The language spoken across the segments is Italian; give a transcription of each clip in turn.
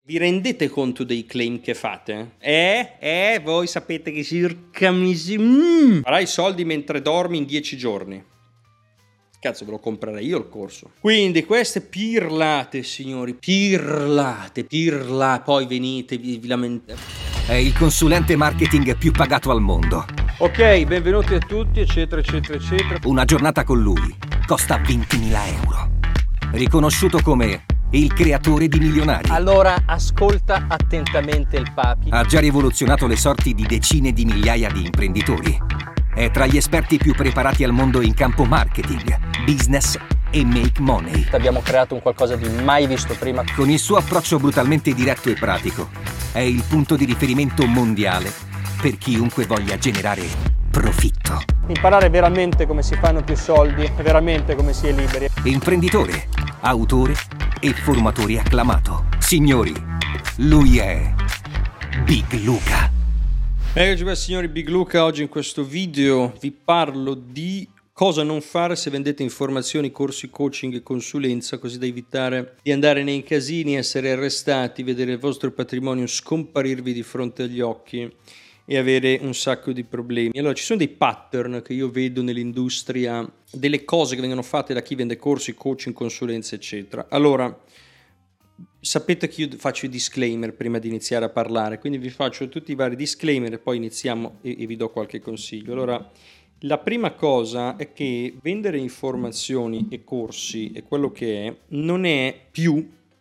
Vi rendete conto dei claim che fate? Voi sapete che circa farai soldi mentre dormi in 10 giorni. Cazzo, ve lo comprerei io il corso. Quindi queste pirlate, signori, pirlate, poi venite, vi lamentate. È il consulente marketing più pagato al mondo. Ok, benvenuti a tutti, eccetera, eccetera, eccetera. Una giornata con lui costa 20.000 euro. Riconosciuto come il creatore di milionari. Allora, ascolta attentamente il papi. Ha già rivoluzionato le sorti di decine di migliaia di imprenditori. È tra gli esperti più preparati al mondo in campo marketing, business e make money. Abbiamo creato un qualcosa di mai visto prima. Con il suo approccio brutalmente diretto e pratico, è il punto di riferimento mondiale per chiunque voglia generare profitto. Imparare veramente come si fanno più soldi e veramente come si è liberi. Imprenditore, autore e formatore acclamato. Signori, lui è Big Luca. Eccoci qua, signori, Big Luca. Oggi in questo video vi parlo di cosa non fare se vendete informazioni, corsi, coaching e consulenza, così da evitare di andare nei casini, essere arrestati, vedere il vostro patrimonio scomparirvi di fronte agli occhi e avere un sacco di problemi. Allora, ci sono dei pattern che io vedo nell'industria, delle cose che vengono fatte da chi vende corsi, coaching, consulenze, eccetera. Allora, sapete che io faccio i disclaimer prima di iniziare a parlare, quindi vi faccio tutti i vari disclaimer e poi iniziamo e vi do qualche consiglio. Allora, la prima cosa è che vendere informazioni e corsi e quello che è non è più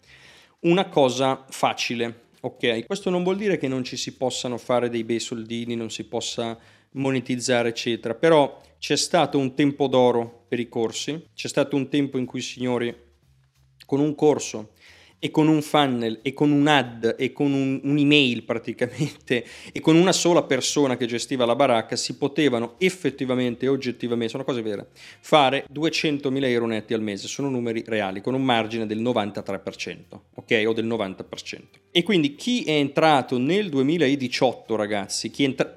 una cosa facile. Ok, questo non vuol dire che non ci si possano fare dei bei soldini, non si possa monetizzare, eccetera, però c'è stato un tempo d'oro per i corsi, c'è stato un tempo in cui, signori, con un corso e con un funnel e con un ad e con un'email praticamente e con una sola persona che gestiva la baracca si potevano effettivamente e oggettivamente, sono cose vere, fare 200.000 euro netti al mese, sono numeri reali, con un margine del 93%, ok? O del 90%. E quindi chi è entrato nel 2018, ragazzi,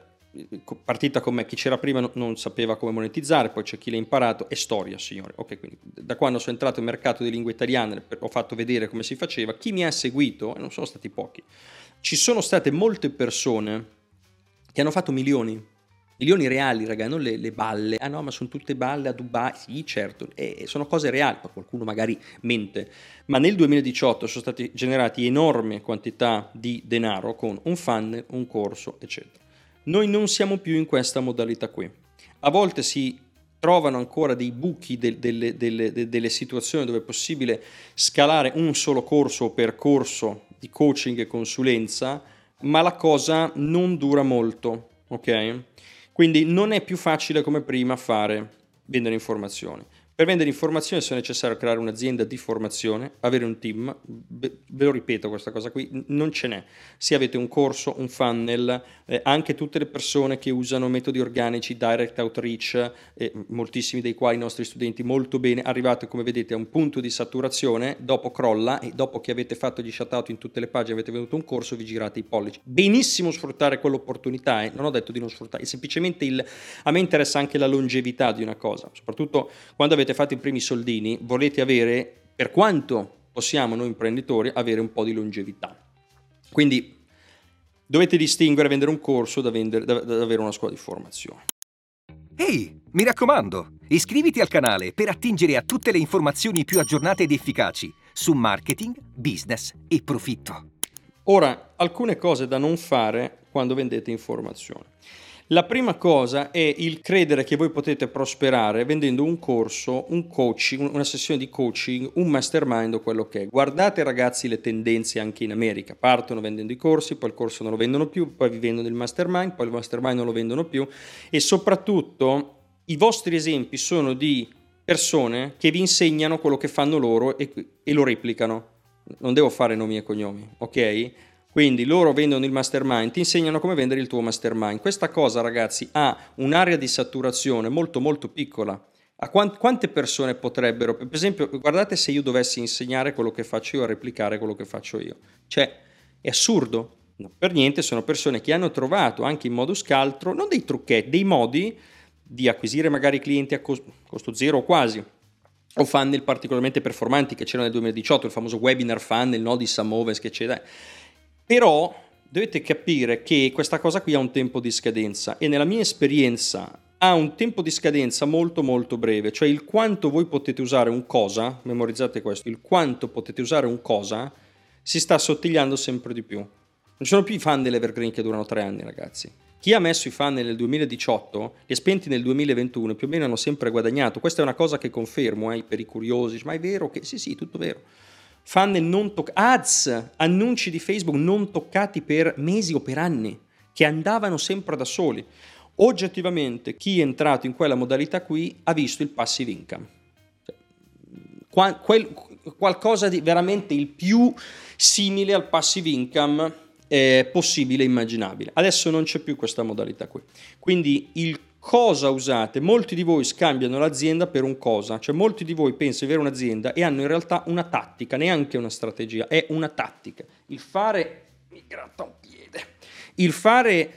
partita con me, chi c'era prima non sapeva come monetizzare, poi c'è chi l'ha imparato, è storia, signore. Ok, quindi da quando sono entrato nel mercato di lingua italiana ho fatto vedere come si faceva. Chi mi ha seguito, e non sono stati pochi, ci sono state molte persone che hanno fatto milioni reali, raga, non le balle. Ah no, ma sono tutte balle a Dubai. Sì, certo, sono cose reali, ma qualcuno magari mente. Ma nel 2018 sono stati generati enormi quantità di denaro con un funnel, un corso, eccetera. Noi non siamo più in questa modalità qui. A volte si trovano ancora dei buchi, delle situazioni dove è possibile scalare un solo corso o percorso di coaching e consulenza, ma la cosa non dura molto, ok? Quindi non è più facile come prima vendere informazioni. Per vendere informazioni è necessario creare un'azienda di formazione, avere un team, ve lo ripeto questa cosa qui, non ce n'è. Se avete un corso, un funnel, anche tutte le persone che usano metodi organici, direct outreach, moltissimi dei quali i nostri studenti molto bene, arrivate come vedete a un punto di saturazione, dopo crolla e dopo che avete fatto gli shoutout in tutte le pagine, avete venduto un corso, vi girate i pollici. Benissimo sfruttare quell'opportunità, non ho detto di non sfruttare, semplicemente a me interessa anche la longevità di una cosa, soprattutto quando avete fatto i primi soldini, volete avere, per quanto possiamo noi imprenditori, avere un po' di longevità. Quindi dovete distinguere vendere un corso da avere una scuola di formazione. Ehi, mi raccomando, iscriviti al canale per attingere a tutte le informazioni più aggiornate ed efficaci su marketing, business e profitto. Ora, alcune cose da non fare quando vendete informazioni. La prima cosa è il credere che voi potete prosperare vendendo un corso, un coaching, una sessione di coaching, un mastermind o quello che è. Guardate, ragazzi, le tendenze anche in America. Partono vendendo i corsi, poi il corso non lo vendono più, poi vi vendono il mastermind, poi il mastermind non lo vendono più e soprattutto i vostri esempi sono di persone che vi insegnano quello che fanno loro e lo replicano. Non devo fare nomi e cognomi, ok? Quindi loro vendono il mastermind, ti insegnano come vendere il tuo mastermind. Questa cosa, ragazzi, ha un'area di saturazione molto molto piccola. A quante persone potrebbero, per esempio, guardate se io dovessi insegnare quello che faccio io a replicare quello che faccio io. Cioè, è assurdo. No, per niente, sono persone che hanno trovato anche in modo scaltro, non dei trucchetti, dei modi di acquisire magari clienti a costo zero o quasi, o funnel particolarmente performanti che c'erano nel 2018, il famoso webinar funnel, no, di Sam Ovens, che c'era. Però dovete capire che questa cosa qui ha un tempo di scadenza, e nella mia esperienza ha un tempo di scadenza molto molto breve, cioè il quanto voi potete usare un cosa, memorizzate questo, il quanto potete usare un cosa si sta assottigliando sempre di più. Non ci sono più i funnel evergreen che durano 3 anni, ragazzi. Chi ha messo i funnel nel 2018, li ha spenti nel 2021, più o meno hanno sempre guadagnato. Questa è una cosa che confermo, per i curiosi, ma è vero che sì, tutto vero. Funnel non ads, annunci di Facebook non toccati per mesi o per anni, che andavano sempre da soli. Oggettivamente, chi è entrato in quella modalità qui ha visto il passive income. Qualcosa di veramente il più simile al passive income possibile e immaginabile. Adesso non c'è più questa modalità qui. Quindi il cosa usate, molti di voi scambiano l'azienda per un cosa, cioè molti di voi pensano di avere un'azienda e hanno in realtà una tattica, neanche una strategia, è una tattica. Il fare, mi gratta un piede, il fare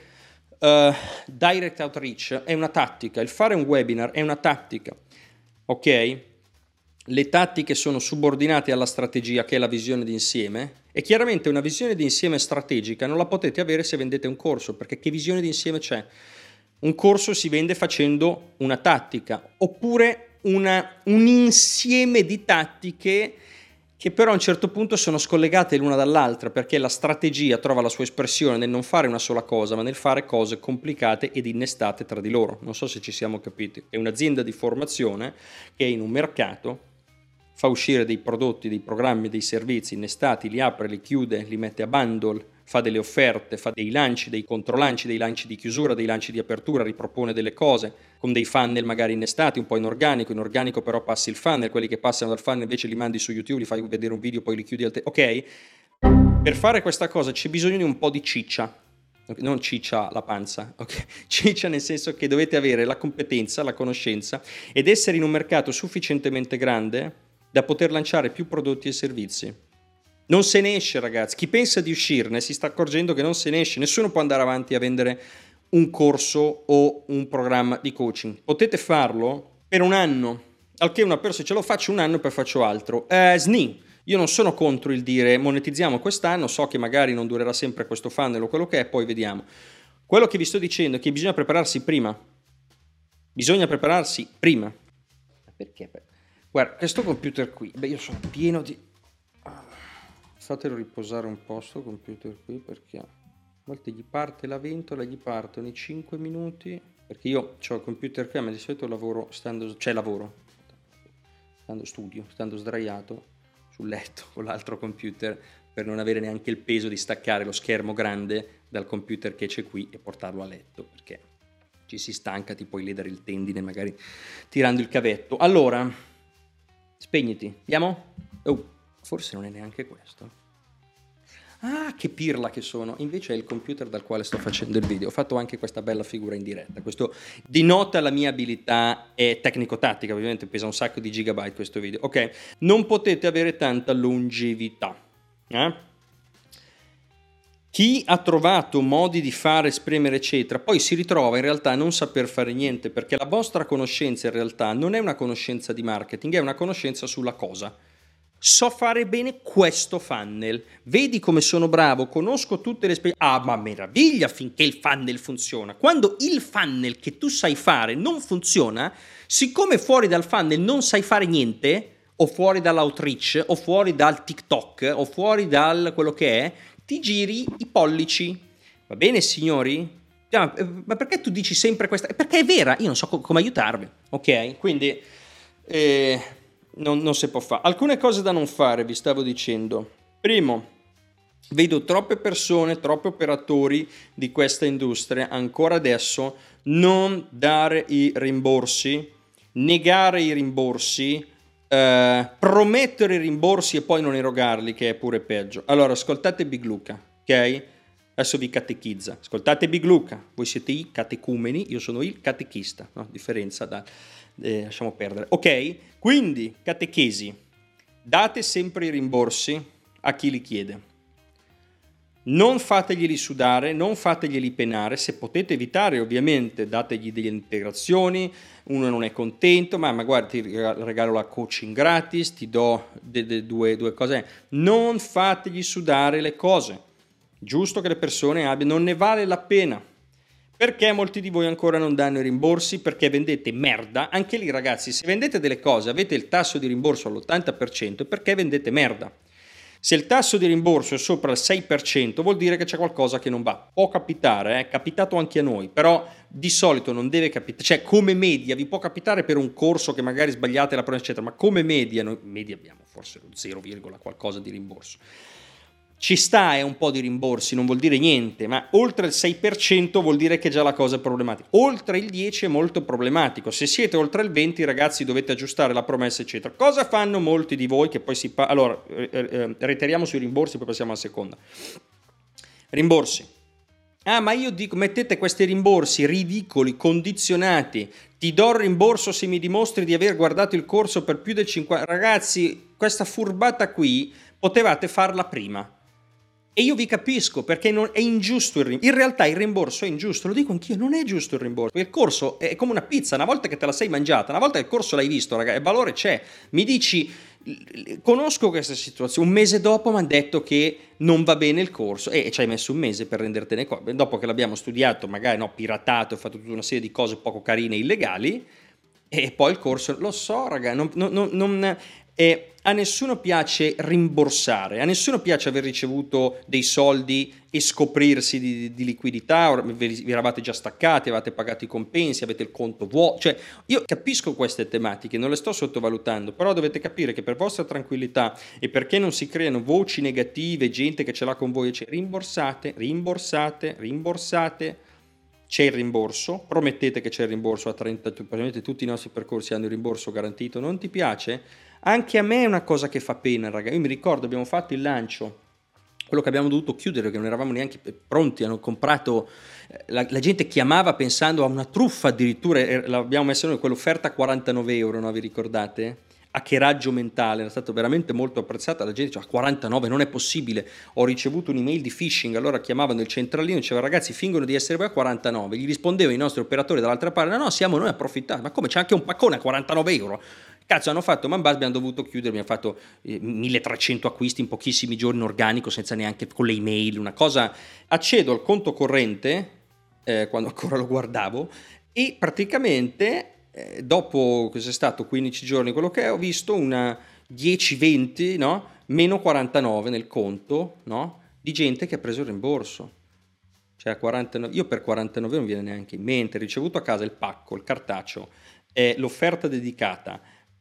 direct outreach è una tattica, il fare un webinar è una tattica, ok? Le tattiche sono subordinate alla strategia, che è la visione d'insieme, e chiaramente una visione d'insieme strategica non la potete avere se vendete un corso, perché che visione d'insieme c'è? Un corso si vende facendo una tattica, oppure un insieme di tattiche che però a un certo punto sono scollegate l'una dall'altra, perché la strategia trova la sua espressione nel non fare una sola cosa, ma nel fare cose complicate ed innestate tra di loro. Non so se ci siamo capiti. È un'azienda di formazione che in un mercato fa uscire dei prodotti, dei programmi, dei servizi innestati, li apre, li chiude, li mette a bundle, fa delle offerte, fa dei lanci, dei controlanci, dei lanci di chiusura, dei lanci di apertura, ripropone delle cose con dei funnel magari innestati, un po' in organico però passi il funnel, quelli che passano dal funnel invece li mandi su YouTube, li fai vedere un video, poi li chiudi ok? Per fare questa cosa c'è bisogno di un po' di ciccia, non ciccia la panza, ok? Ciccia nel senso che dovete avere la competenza, la conoscenza ed essere in un mercato sufficientemente grande da poter lanciare più prodotti e servizi. Non se ne esce, ragazzi. Chi pensa di uscirne si sta accorgendo che non se ne esce. Nessuno può andare avanti a vendere un corso o un programma di coaching. Potete farlo per un anno, al che una persona ce lo faccio un anno e poi faccio altro. SNI. Io non sono contro il dire monetizziamo quest'anno, so che magari non durerà sempre questo funnel o quello che è, poi vediamo. Quello che vi sto dicendo è che bisogna prepararsi prima. Bisogna prepararsi prima. Perché? Guarda, questo computer qui, io sono pieno di... Fatelo riposare un po' sto computer qui, perché a volte gli parte la ventola, gli partono i 5 minuti, perché io ho il computer qui, ma di solito lavoro stando studio, stando sdraiato sul letto con l'altro computer, per non avere neanche il peso di staccare lo schermo grande dal computer che c'è qui e portarlo a letto, perché ci si stanca, ti puoi ledere il tendine magari tirando il cavetto. Allora... Spegniti, andiamo? Oh, forse non è neanche questo. Ah, che pirla che sono. Invece è il computer dal quale sto facendo il video. Ho fatto anche questa bella figura in diretta. Questo denota la mia abilità tecnico-tattica. Ovviamente pesa un sacco di gigabyte questo video. Ok, non potete avere tanta longevità. Chi ha trovato modi di fare, spremere, eccetera, poi si ritrova in realtà a non saper fare niente, perché la vostra conoscenza in realtà non è una conoscenza di marketing, è una conoscenza sulla cosa. So fare bene questo funnel, vedi come sono bravo, conosco tutte le esperienze. Ah, ma meraviglia finché il funnel funziona. Quando il funnel che tu sai fare non funziona, siccome fuori dal funnel non sai fare niente, o fuori dall'outreach, o fuori dal TikTok, o fuori dal quello che è, ti giri i pollici. Va bene, signori? Ma perché tu dici sempre questa? Perché è vera, io non so come aiutarvi, ok? Quindi non si può fare. Alcune cose da non fare, vi stavo dicendo. Primo, vedo troppe persone, troppi operatori di questa industria ancora adesso non dare i rimborsi, negare i rimborsi, promettere i rimborsi e poi non erogarli, che è pure peggio. Allora, ascoltate Big Luca, ok? Adesso vi catechizza. Ascoltate Big Luca, voi siete i catecumeni, io sono il catechista, no? Differenza da... lasciamo perdere. Ok? Quindi, catechesi, date sempre i rimborsi a chi li chiede. Non fateglieli sudare, non fateglieli penare, se potete evitare ovviamente dategli delle integrazioni, uno non è contento, ma guarda ti regalo la coaching gratis, ti do due cose, non fategli sudare le cose, giusto che le persone abbiano, non ne vale la pena. Perché molti di voi ancora non danno i rimborsi? Perché vendete merda. Anche lì ragazzi, se vendete delle cose, avete il tasso di rimborso all'80%, perché vendete merda. Se il tasso di rimborso è sopra il 6%, vuol dire che c'è qualcosa che non va. Può capitare, è capitato anche a noi, però di solito non deve capitare. Cioè, come media, vi può capitare per un corso che magari sbagliate la prova, eccetera, ma come media, noi media abbiamo forse lo 0, qualcosa di rimborso. Ci sta un po' di rimborsi, non vuol dire niente, ma oltre il 6% vuol dire che già la cosa è problematica. Oltre il 10% è molto problematico. Se siete oltre il 20%, ragazzi, dovete aggiustare la promessa, eccetera. Cosa fanno molti di voi che poi allora, reiteriamo sui rimborsi, poi passiamo alla seconda. Rimborsi. Ah, ma io dico, mettete questi rimborsi ridicoli, condizionati. Ti do il rimborso se mi dimostri di aver guardato il corso per più del 50%. Ragazzi, questa furbata qui potevate farla prima. E io vi capisco perché è ingiusto il rimborso. In realtà il rimborso è ingiusto, lo dico anch'io, non è giusto il rimborso. Il corso è come una pizza, una volta che te la sei mangiata, una volta che il corso l'hai visto, ragazzi, il valore c'è. Mi dici, conosco questa situazione, un mese dopo mi hanno detto che non va bene il corso e ci hai messo un mese per rendertene conto. Dopo che l'abbiamo studiato, magari piratato e fatto tutta una serie di cose poco carine e illegali, e poi il corso, lo so, raga, a nessuno piace rimborsare, a nessuno piace aver ricevuto dei soldi e scoprirsi di liquidità, vi eravate già staccati, avete pagato i compensi, avete il conto vuoto, cioè io capisco queste tematiche, non le sto sottovalutando, però dovete capire che per vostra tranquillità e perché non si creano voci negative, gente che ce l'ha con voi, cioè, rimborsate, c'è il rimborso, promettete che c'è il rimborso a 30, praticamente tutti i nostri percorsi hanno il rimborso garantito, non ti piace? Anche a me è una cosa che fa pena, raga. Io mi ricordo, abbiamo fatto il lancio, quello che abbiamo dovuto chiudere perché non eravamo neanche pronti, hanno comprato, la gente chiamava pensando a una truffa addirittura, l'abbiamo messo noi quell'offerta a 49 euro, no? Vi ricordate? A che raggio mentale, era stato veramente molto apprezzata, la gente diceva 49 non è possibile, ho ricevuto un'email di phishing, allora chiamavano il centralino e diceva ragazzi fingono di essere voi a 49, gli rispondevano i nostri operatori dall'altra parte, no siamo noi approfittati, ma come c'è anche un paccone a 49 euro? Cazzo, hanno fatto man base, abbiamo dovuto chiudere, abbiamo fatto 1300 acquisti in pochissimi giorni organico, senza neanche con le email, una cosa. Accedo al conto corrente, quando ancora lo guardavo, e praticamente dopo, cos'è stato, 15 giorni, quello che è, ho visto una 10-20, no? Meno 49 nel conto, no? Di gente che ha preso il rimborso. Cioè 49, io per 49 non viene neanche in mente, ricevuto a casa il pacco, il cartaceo, l'offerta dedicata,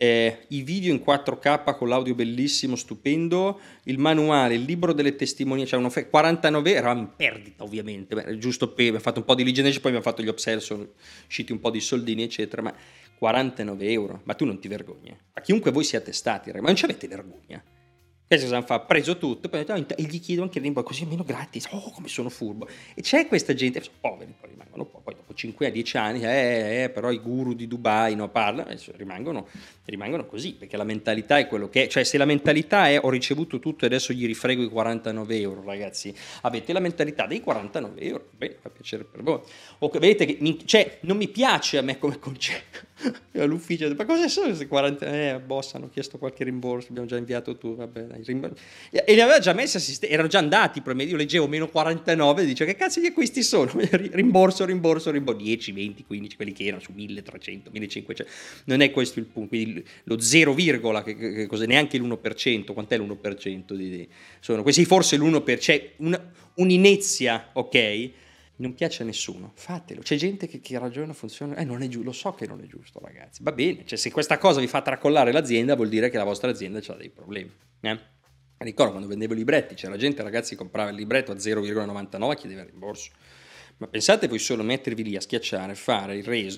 i video in 4K con l'audio bellissimo, stupendo, il manuale, il libro delle testimonianze, cioè 49, eravamo in perdita ovviamente, giusto per, abbiamo fatto un po' di lead generation, poi abbiamo fatto gli upsell, sono usciti un po' di soldini eccetera, ma 49 euro, ma tu non ti vergogni? Ma chiunque voi siate stati, ma non ci avete vergogna? E cosa fa? Preso tutto, poi e gli chiedo anche il rimborso, così almeno gratis, oh come sono furbo. E c'è questa gente, sono poveri, poi rimangono poi dopo 5 a 10 anni, però i guru di Dubai no, parlano, rimangono così, perché la mentalità è quello che è, cioè se la mentalità è ho ricevuto tutto e adesso gli rifrego i 49 euro, ragazzi, avete la mentalità dei 49 euro, beh, fa piacere per voi. O vedete che, cioè, non mi piace a me come concetto, all'ufficio, ma cosa sono questi 40, boss, hanno chiesto qualche rimborso, abbiamo già inviato tu, vabbè, dai, e li aveva già messi erano già andati, io leggevo meno 49 e dicevo che cazzo di acquisti sono? rimborso 10, 20, 15 quelli che erano su 1300, 1500, non è questo il punto, quindi lo 0, che cos'è, neanche l'1%, quant'è l'1% sono questi, forse l'1%, c'è un'inezia, ok? Non piace a nessuno, fatelo, c'è gente che ragiona, funziona, non è giusto, lo so che non è giusto ragazzi, va bene, cioè se questa cosa vi fa tracollare l'azienda vuol dire che la vostra azienda ha dei problemi, Ricordo quando vendevo i libretti, c'era gente, ragazzi, comprava il libretto a 0,99 e chiedeva il rimborso. Ma pensate voi solo mettervi lì a schiacciare, fare il reso,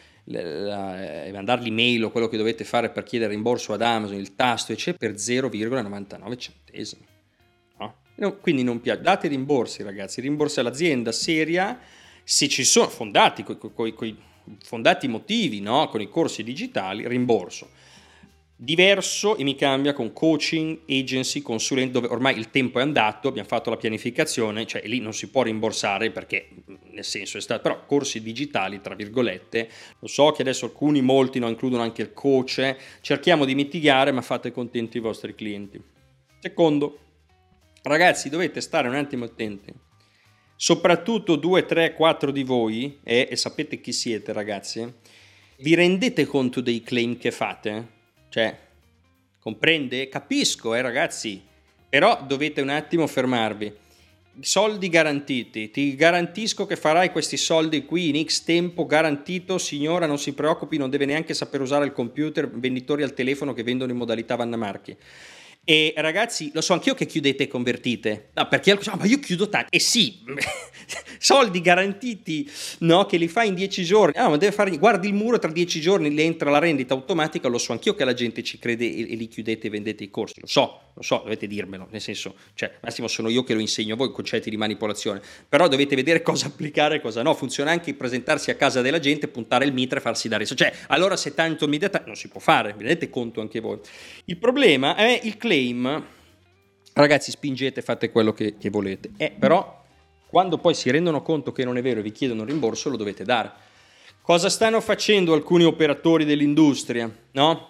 mandare l'email o quello che dovete fare per chiedere rimborso ad Amazon, il tasto, eccetera, per 0,99 centesimi. No, quindi non piace. Date rimborsi, ragazzi, rimborsa l'azienda seria, se ci sono fondati, coi fondati motivi, no? Con i corsi digitali, rimborso. Diverso e mi cambia con coaching, agency, consulente, dove ormai il tempo è andato, abbiamo fatto la pianificazione, cioè lì non si può rimborsare perché nel senso è stato, però corsi digitali tra virgolette, lo so che adesso molti non includono anche il coach, cerchiamo di mitigare, ma fate contenti i vostri clienti. Secondo, ragazzi, dovete stare un attimo attenti, soprattutto 2, 3, 4 di voi, e sapete chi siete ragazzi, vi rendete conto dei claim che fate? Cioè, comprende? Capisco, ragazzi, però dovete un attimo fermarvi. Soldi garantiti, ti garantisco che farai questi soldi qui in X tempo, garantito, signora, non si preoccupi, non deve neanche saper usare il computer, venditori al telefono che vendono in modalità Vanna Marchi. E ragazzi, lo so anch'io che chiudete e convertite, no, perché ma io chiudo tanto, e sì, soldi garantiti, no, che li fai in 10 giorni, ma deve fare, guardi il muro, tra 10 giorni le entra la rendita automatica, lo so anch'io che la gente ci crede e li chiudete e vendete i corsi, lo so, dovete dirmelo, nel senso, cioè, massimo sono io che lo insegno a voi, concetti di manipolazione, però dovete vedere cosa applicare e cosa no, funziona anche presentarsi a casa della gente, puntare il mitra e farsi dare, cioè, allora se tanto mi date, non si può fare, vi rendete conto anche voi. Il problema è il claim, ragazzi, spingete, fate quello che volete, però quando poi si rendono conto che non è vero e vi chiedono un rimborso lo dovete dare. Cosa stanno facendo alcuni operatori dell'industria? No?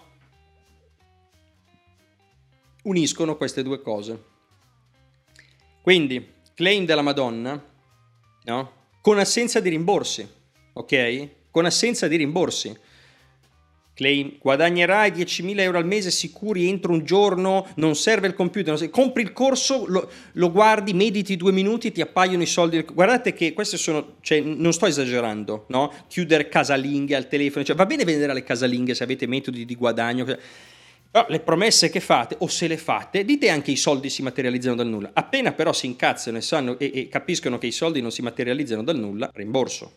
Uniscono queste due cose. Quindi claim della Madonna, no? Con assenza di rimborsi, ok? Con assenza di rimborsi. Claim, guadagnerai 10.000 euro al mese sicuri entro un giorno, non serve il computer, compri il corso, lo guardi, mediti 2 minuti, ti appaiono i soldi. Guardate che queste sono, cioè, non sto esagerando, no? Chiudere casalinghe al telefono, cioè, va bene vendere alle casalinghe se avete metodi di guadagno, però le promesse che fate, o se le fate, dite anche i soldi si materializzano dal nulla. Appena però si incazzano e sanno e capiscono che i soldi non si materializzano dal nulla, rimborso.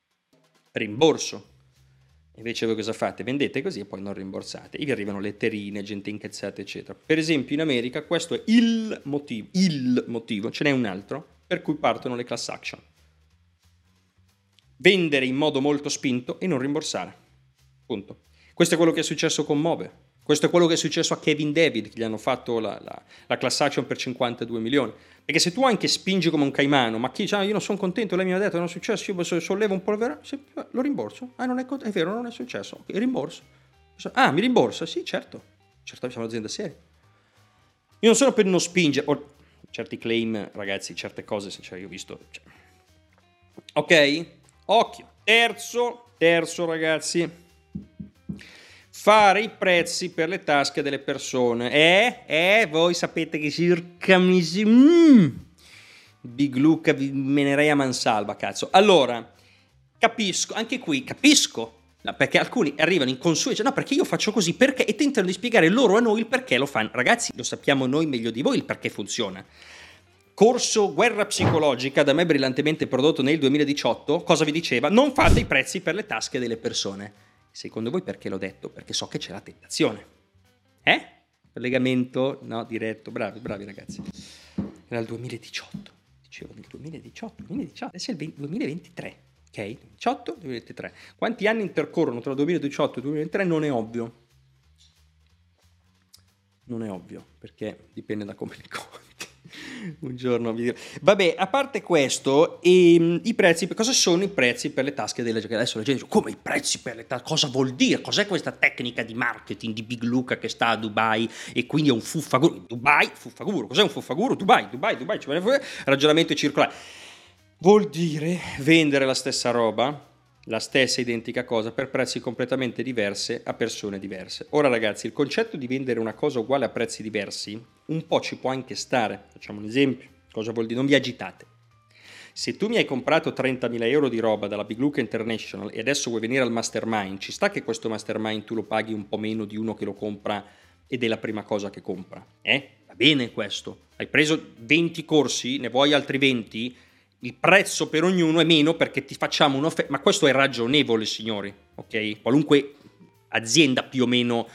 Invece voi cosa fate? Vendete così e poi non rimborsate. E vi arrivano letterine, gente incazzata, eccetera. Per esempio in America questo è il motivo, ce n'è un altro, per cui partono le class action. Vendere in modo molto spinto e non rimborsare. Punto. Questo è quello che è successo con Move. Questo è quello che è successo a Kevin David, che gli hanno fatto la class action per 52 milioni. Perché se tu anche spingi come un caimano, ma chi dice, io non sono contento, lei mi ha detto, non è successo, io sollevo un po' il vero, lo rimborso. Non è, è vero, non è successo. Okay, rimborso. Mi rimborsa? Sì, certo. Certo, siamo un'azienda seria. Io non sono per non spingere. Certi claim, ragazzi, certe cose, cioè, io ho visto. Cioè. Ok? Occhio. Terzo, ragazzi. Fare i prezzi per le tasche delle persone. Voi sapete che circa Big Luca vi menerei a mansalva, cazzo. Allora, capisco, anche qui, no, perché alcuni arrivano in consuelo e dicono, no, perché io faccio così, perché? E tentano di spiegare loro a noi il perché lo fanno. Ragazzi, lo sappiamo noi meglio di voi il perché funziona. Corso Guerra Psicologica, da me brillantemente prodotto nel 2018, cosa vi diceva? Non fate i prezzi per le tasche delle persone. Secondo voi perché l'ho detto? Perché so che c'è la tentazione. Collegamento, no, diretto. Bravi ragazzi. Era il 2018. Dicevo nel 2018. Adesso è il 2023. Ok? 2018-2023. Quanti anni intercorrono tra 2018 e 2023 non è ovvio. Non è ovvio, perché dipende da come li conti. Un giorno vi dirò. Vabbè, a parte questo, i prezzi, cosa sono i prezzi per le tasche delle gente? Adesso la gente dice, come i prezzi per le tasche? Cosa vuol dire? Cos'è questa tecnica di marketing di Big Luca che sta a Dubai e quindi è un fuffaguru? Fuffaguru, cos'è un fuffaguru? Dubai, ci vuole fuori, ragionamento circolare. Vuol dire vendere la stessa roba, la stessa identica cosa per prezzi completamente diversi a persone diverse. Ora ragazzi, il concetto di vendere una cosa uguale a prezzi diversi un po' ci può anche stare. Facciamo un esempio. Cosa vuol dire? Non vi agitate. Se tu mi hai comprato 30.000 euro di roba dalla Big Luca International e adesso vuoi venire al mastermind, ci sta che questo mastermind tu lo paghi un po' meno di uno che lo compra ed è la prima cosa che compra? Va bene questo. Hai preso 20 corsi, ne vuoi altri 20? Il prezzo per ognuno è meno perché ti facciamo un'offerta, ma questo è ragionevole, signori, ok? Qualunque azienda più o meno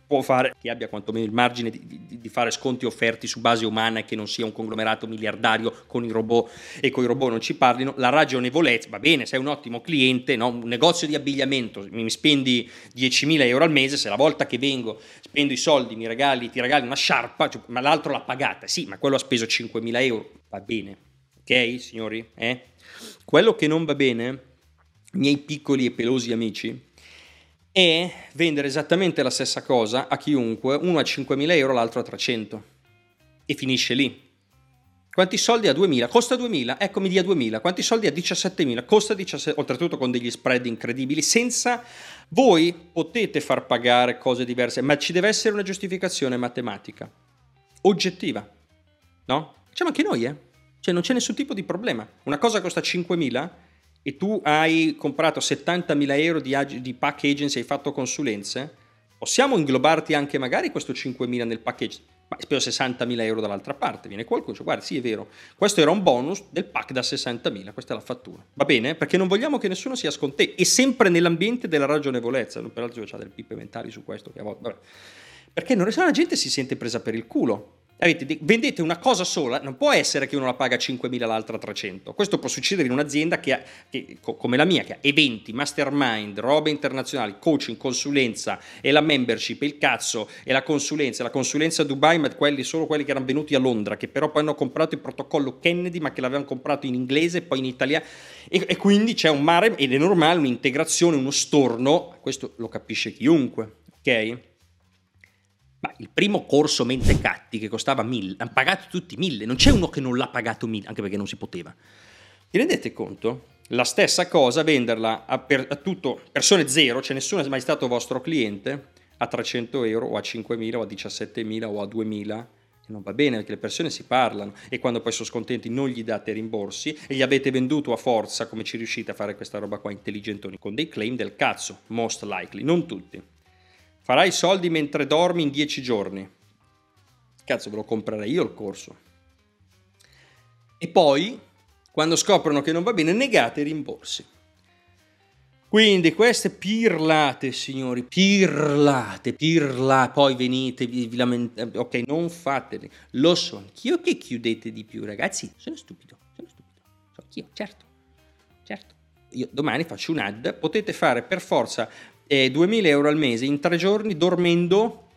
può fare, che abbia quantomeno il margine di fare sconti offerti su base umana e che non sia un conglomerato miliardario con i robot, e con i robot non ci parlino. La ragionevolezza, va bene, sei un ottimo cliente, no? Un negozio di abbigliamento, mi spendi 10.000 euro al mese, se la volta che vengo spendo i soldi, ti regali una sciarpa, cioè, ma l'altro l'ha pagata, sì, ma quello ha speso 5.000 euro, va bene, ok signori? Quello che non va bene, miei piccoli e pelosi amici, è vendere esattamente la stessa cosa a chiunque, uno a 5.000 euro, l'altro a 300, e finisce lì. Quanti soldi a 2.000? Costa 2.000, ecco mi dia 2.000. Quanti soldi a 17.000? Costa 17, oltretutto con degli spread incredibili, senza... Voi potete far pagare cose diverse, ma ci deve essere una giustificazione matematica, oggettiva, no? Facciamo anche noi, Cioè non c'è nessun tipo di problema. Una cosa costa 5.000 e tu hai comprato 70.000 euro di pack agency, hai fatto consulenze, possiamo inglobarti anche magari questo 5.000 nel package, ma speso 60.000 euro dall'altra parte. Viene qualcuno e dice, guarda, sì è vero, questo era un bonus del pack da 60.000, questa è la fattura. Va bene? Perché non vogliamo che nessuno sia scontento, e sempre nell'ambiente della ragionevolezza. Peraltro c'ha delle pippe mentali su questo che a volte... Vabbè. Perché non la gente si sente presa per il culo. Vendete una cosa sola, non può essere che uno la paga 5.000 l'altra 300. Questo può succedere in un'azienda che come la mia, che ha eventi, mastermind, robe internazionali, coaching, consulenza e la membership, il cazzo e la consulenza a Dubai, ma solo quelli che erano venuti a Londra, che però poi hanno comprato il protocollo Kennedy, ma che l'avevano comprato in inglese e poi in italiano, e quindi c'è un mare, ed è normale, un'integrazione, uno storno. Questo lo capisce chiunque, ok? Ma il primo corso Mentecatti che costava 1.000, hanno pagato tutti 1.000, non c'è uno che non l'ha pagato 1.000, anche perché non si poteva. Vi rendete conto? La stessa cosa, venderla a tutto, persone zero, cioè nessuno è mai stato vostro cliente, a 300 euro o a 5.000 o a 17.000 o a 2.000, e non va bene perché le persone si parlano, e quando poi sono scontenti non gli date rimborsi e gli avete venduto a forza. Come ci riuscite a fare questa roba qua intelligentoni? Con dei claim del cazzo, most likely, non tutti. Farai soldi mentre dormi in 10 giorni. Cazzo, ve lo comprerei io il corso. E poi, quando scoprono che non va bene, negate i rimborsi. Quindi queste pirlate, signori, pirlate, poi venite, vi lamentate. Ok, non fateli. Lo so, anch'io che chiudete di più, ragazzi. Sono stupido. So anch'io, certo. Io domani faccio un ad, potete fare per forza 2.000 euro al mese in 3 giorni dormendo,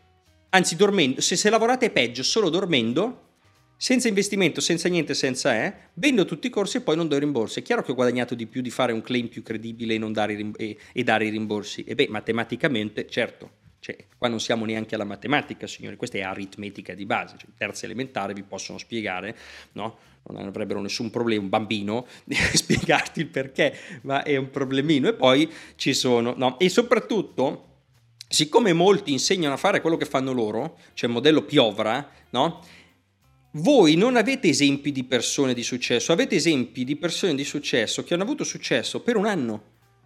se lavorate è peggio, solo dormendo, senza investimento, senza niente, vendo tutti i corsi e poi non do i rimborsi. È chiaro che ho guadagnato di più di fare un claim più credibile e non dare e dare i rimborsi. E matematicamente, certo, cioè, qua non siamo neanche alla matematica, signori, questa è aritmetica di base, cioè, terza elementare vi possono spiegare, no? Non avrebbero nessun problema, un bambino, di spiegarti il perché, ma è un problemino. E poi ci sono, no? E soprattutto, siccome molti insegnano a fare quello che fanno loro, cioè il modello Piovra, no? Voi non avete esempi di persone di successo, avete esempi di persone di successo che hanno avuto successo per un anno.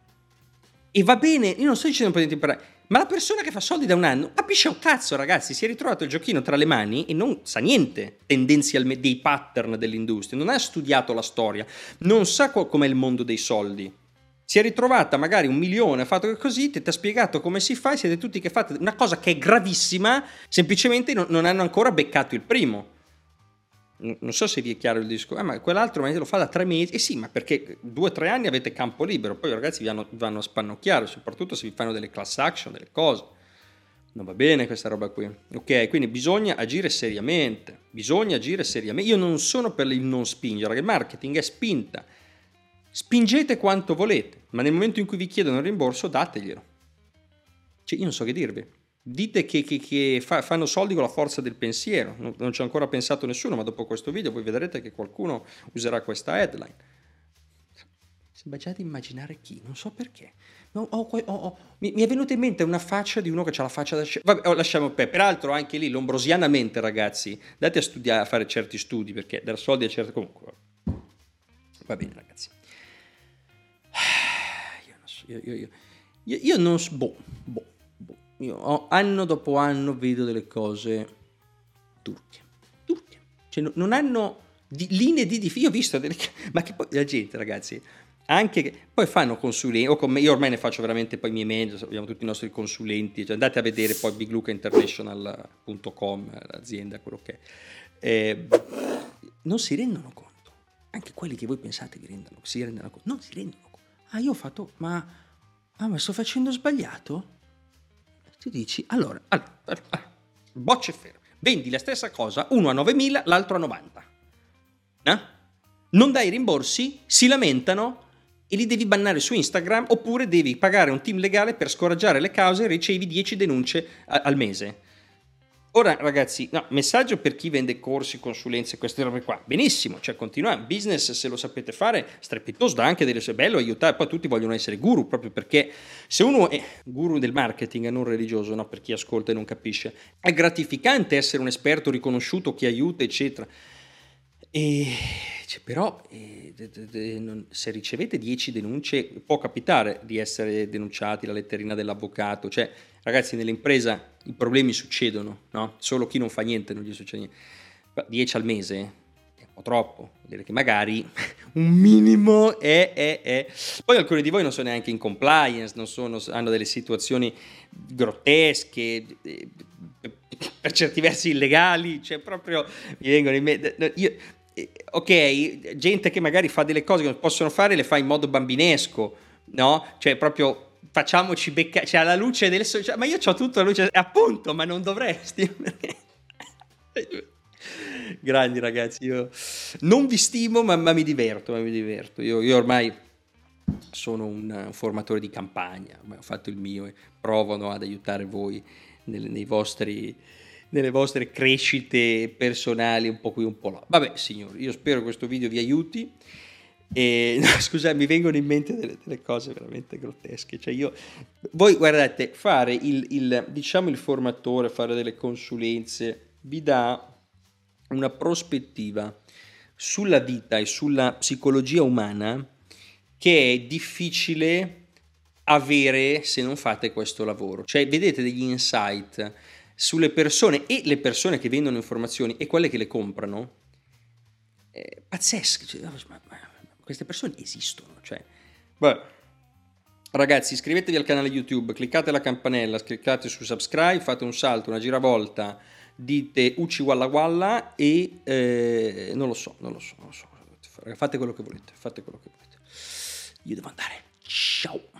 E va bene, io non sto dicendo potete imparare, ma la persona che fa soldi da un anno capisce un cazzo, ragazzi, si è ritrovato il giochino tra le mani e non sa niente tendenzialmente dei pattern dell'industria, non ha studiato la storia, non sa com'è il mondo dei soldi. Si è ritrovata magari 1 milione, ha fatto così, ti ha spiegato come si fa, e siete tutti che fate una cosa che è gravissima, semplicemente non hanno ancora beccato il primo. Non so se vi è chiaro il discorso, ma quell'altro lo fa da 3 mesi, sì, ma perché 2 o 3 anni avete campo libero, poi ragazzi vanno a spannocchiare, soprattutto se vi fanno delle class action, delle cose. Non va bene questa roba qui, ok? Quindi bisogna agire seriamente, io non sono per il non spingere, perché il marketing è spinta, spingete quanto volete, ma nel momento in cui vi chiedono il rimborso dateglielo. Cioè io non so che dirvi. Dite che fanno soldi con la forza del pensiero, non ci ha ancora pensato nessuno, ma dopo questo video voi vedrete che qualcuno userà questa headline. Sembra già di immaginare chi, non so perché. Mi è venuta in mente una faccia di uno che ha la faccia da... Vabbè, lasciamo per. Peraltro anche lì, lombrosianamente, ragazzi, date a studiare, a fare certi studi, perché dar soldi a certi... Comunque, va bene, ragazzi. Io non so... Io anno dopo anno vedo delle cose turche, cioè non hanno linee di difesa. Io ho visto ma che poi la gente, ragazzi, poi fanno consulenti, o come io ormai ne faccio veramente poi i miei manager, abbiamo tutti i nostri consulenti, cioè andate a vedere poi biglucainternational.com, l'azienda, quello che è. Non si rendono conto, anche quelli che voi pensate che si rendano conto, non si rendono conto. Io ho fatto, ma sto facendo sbagliato? Tu dici, allora, bocce ferme, vendi la stessa cosa, uno a 9.000, l'altro a 90. Non dai rimborsi, si lamentano e li devi bannare su Instagram, oppure devi pagare un team legale per scoraggiare le cause e ricevi 10 denunce al mese. Ora ragazzi, messaggio per chi vende corsi, consulenze, queste robe qua, benissimo, cioè continuiamo, business se lo sapete fare, strepitoso, dà anche è bello aiutare, poi tutti vogliono essere guru, proprio perché se uno è guru del marketing e non religioso, no, per chi ascolta e non capisce, è gratificante essere un esperto riconosciuto che aiuta, eccetera. Però se ricevete 10 denunce può capitare di essere denunciati, la letterina dell'avvocato, cioè ragazzi nell'impresa i problemi succedono, no? Solo chi non fa niente non gli succede niente. 10 al mese è un po' troppo, vuol dire che magari un minimo è. Poi alcuni di voi non sono neanche in compliance, hanno delle situazioni grottesche, per certi versi illegali, cioè proprio mi vengono in mente. Ok, gente che magari fa delle cose che non possono fare, le fa in modo bambinesco, no? Cioè proprio facciamoci beccare, cioè alla luce del sole, ma io c'ho tutta la luce, appunto, ma non dovresti. Grandi ragazzi, io non vi stimo, ma mi diverto. Io ormai sono un formatore di campagna, ho fatto il mio e provo ad aiutare voi nelle vostre crescite personali un po' qui un po' là. Vabbè signori, io spero che questo video vi aiuti e scusate, mi vengono in mente delle cose veramente grottesche, cioè voi guardate, fare diciamo il formatore, fare delle consulenze vi dà una prospettiva sulla vita e sulla psicologia umana che è difficile avere se non fate questo lavoro, cioè vedete degli insight sulle persone e le persone che vendono informazioni e quelle che le comprano, pazzesche, cioè, ma queste persone esistono, cioè. Ragazzi, iscrivetevi al canale YouTube, cliccate la campanella, cliccate su subscribe, fate un salto, una giravolta, dite Uci Walla Walla e non lo so, fate quello che volete, io devo andare, ciao.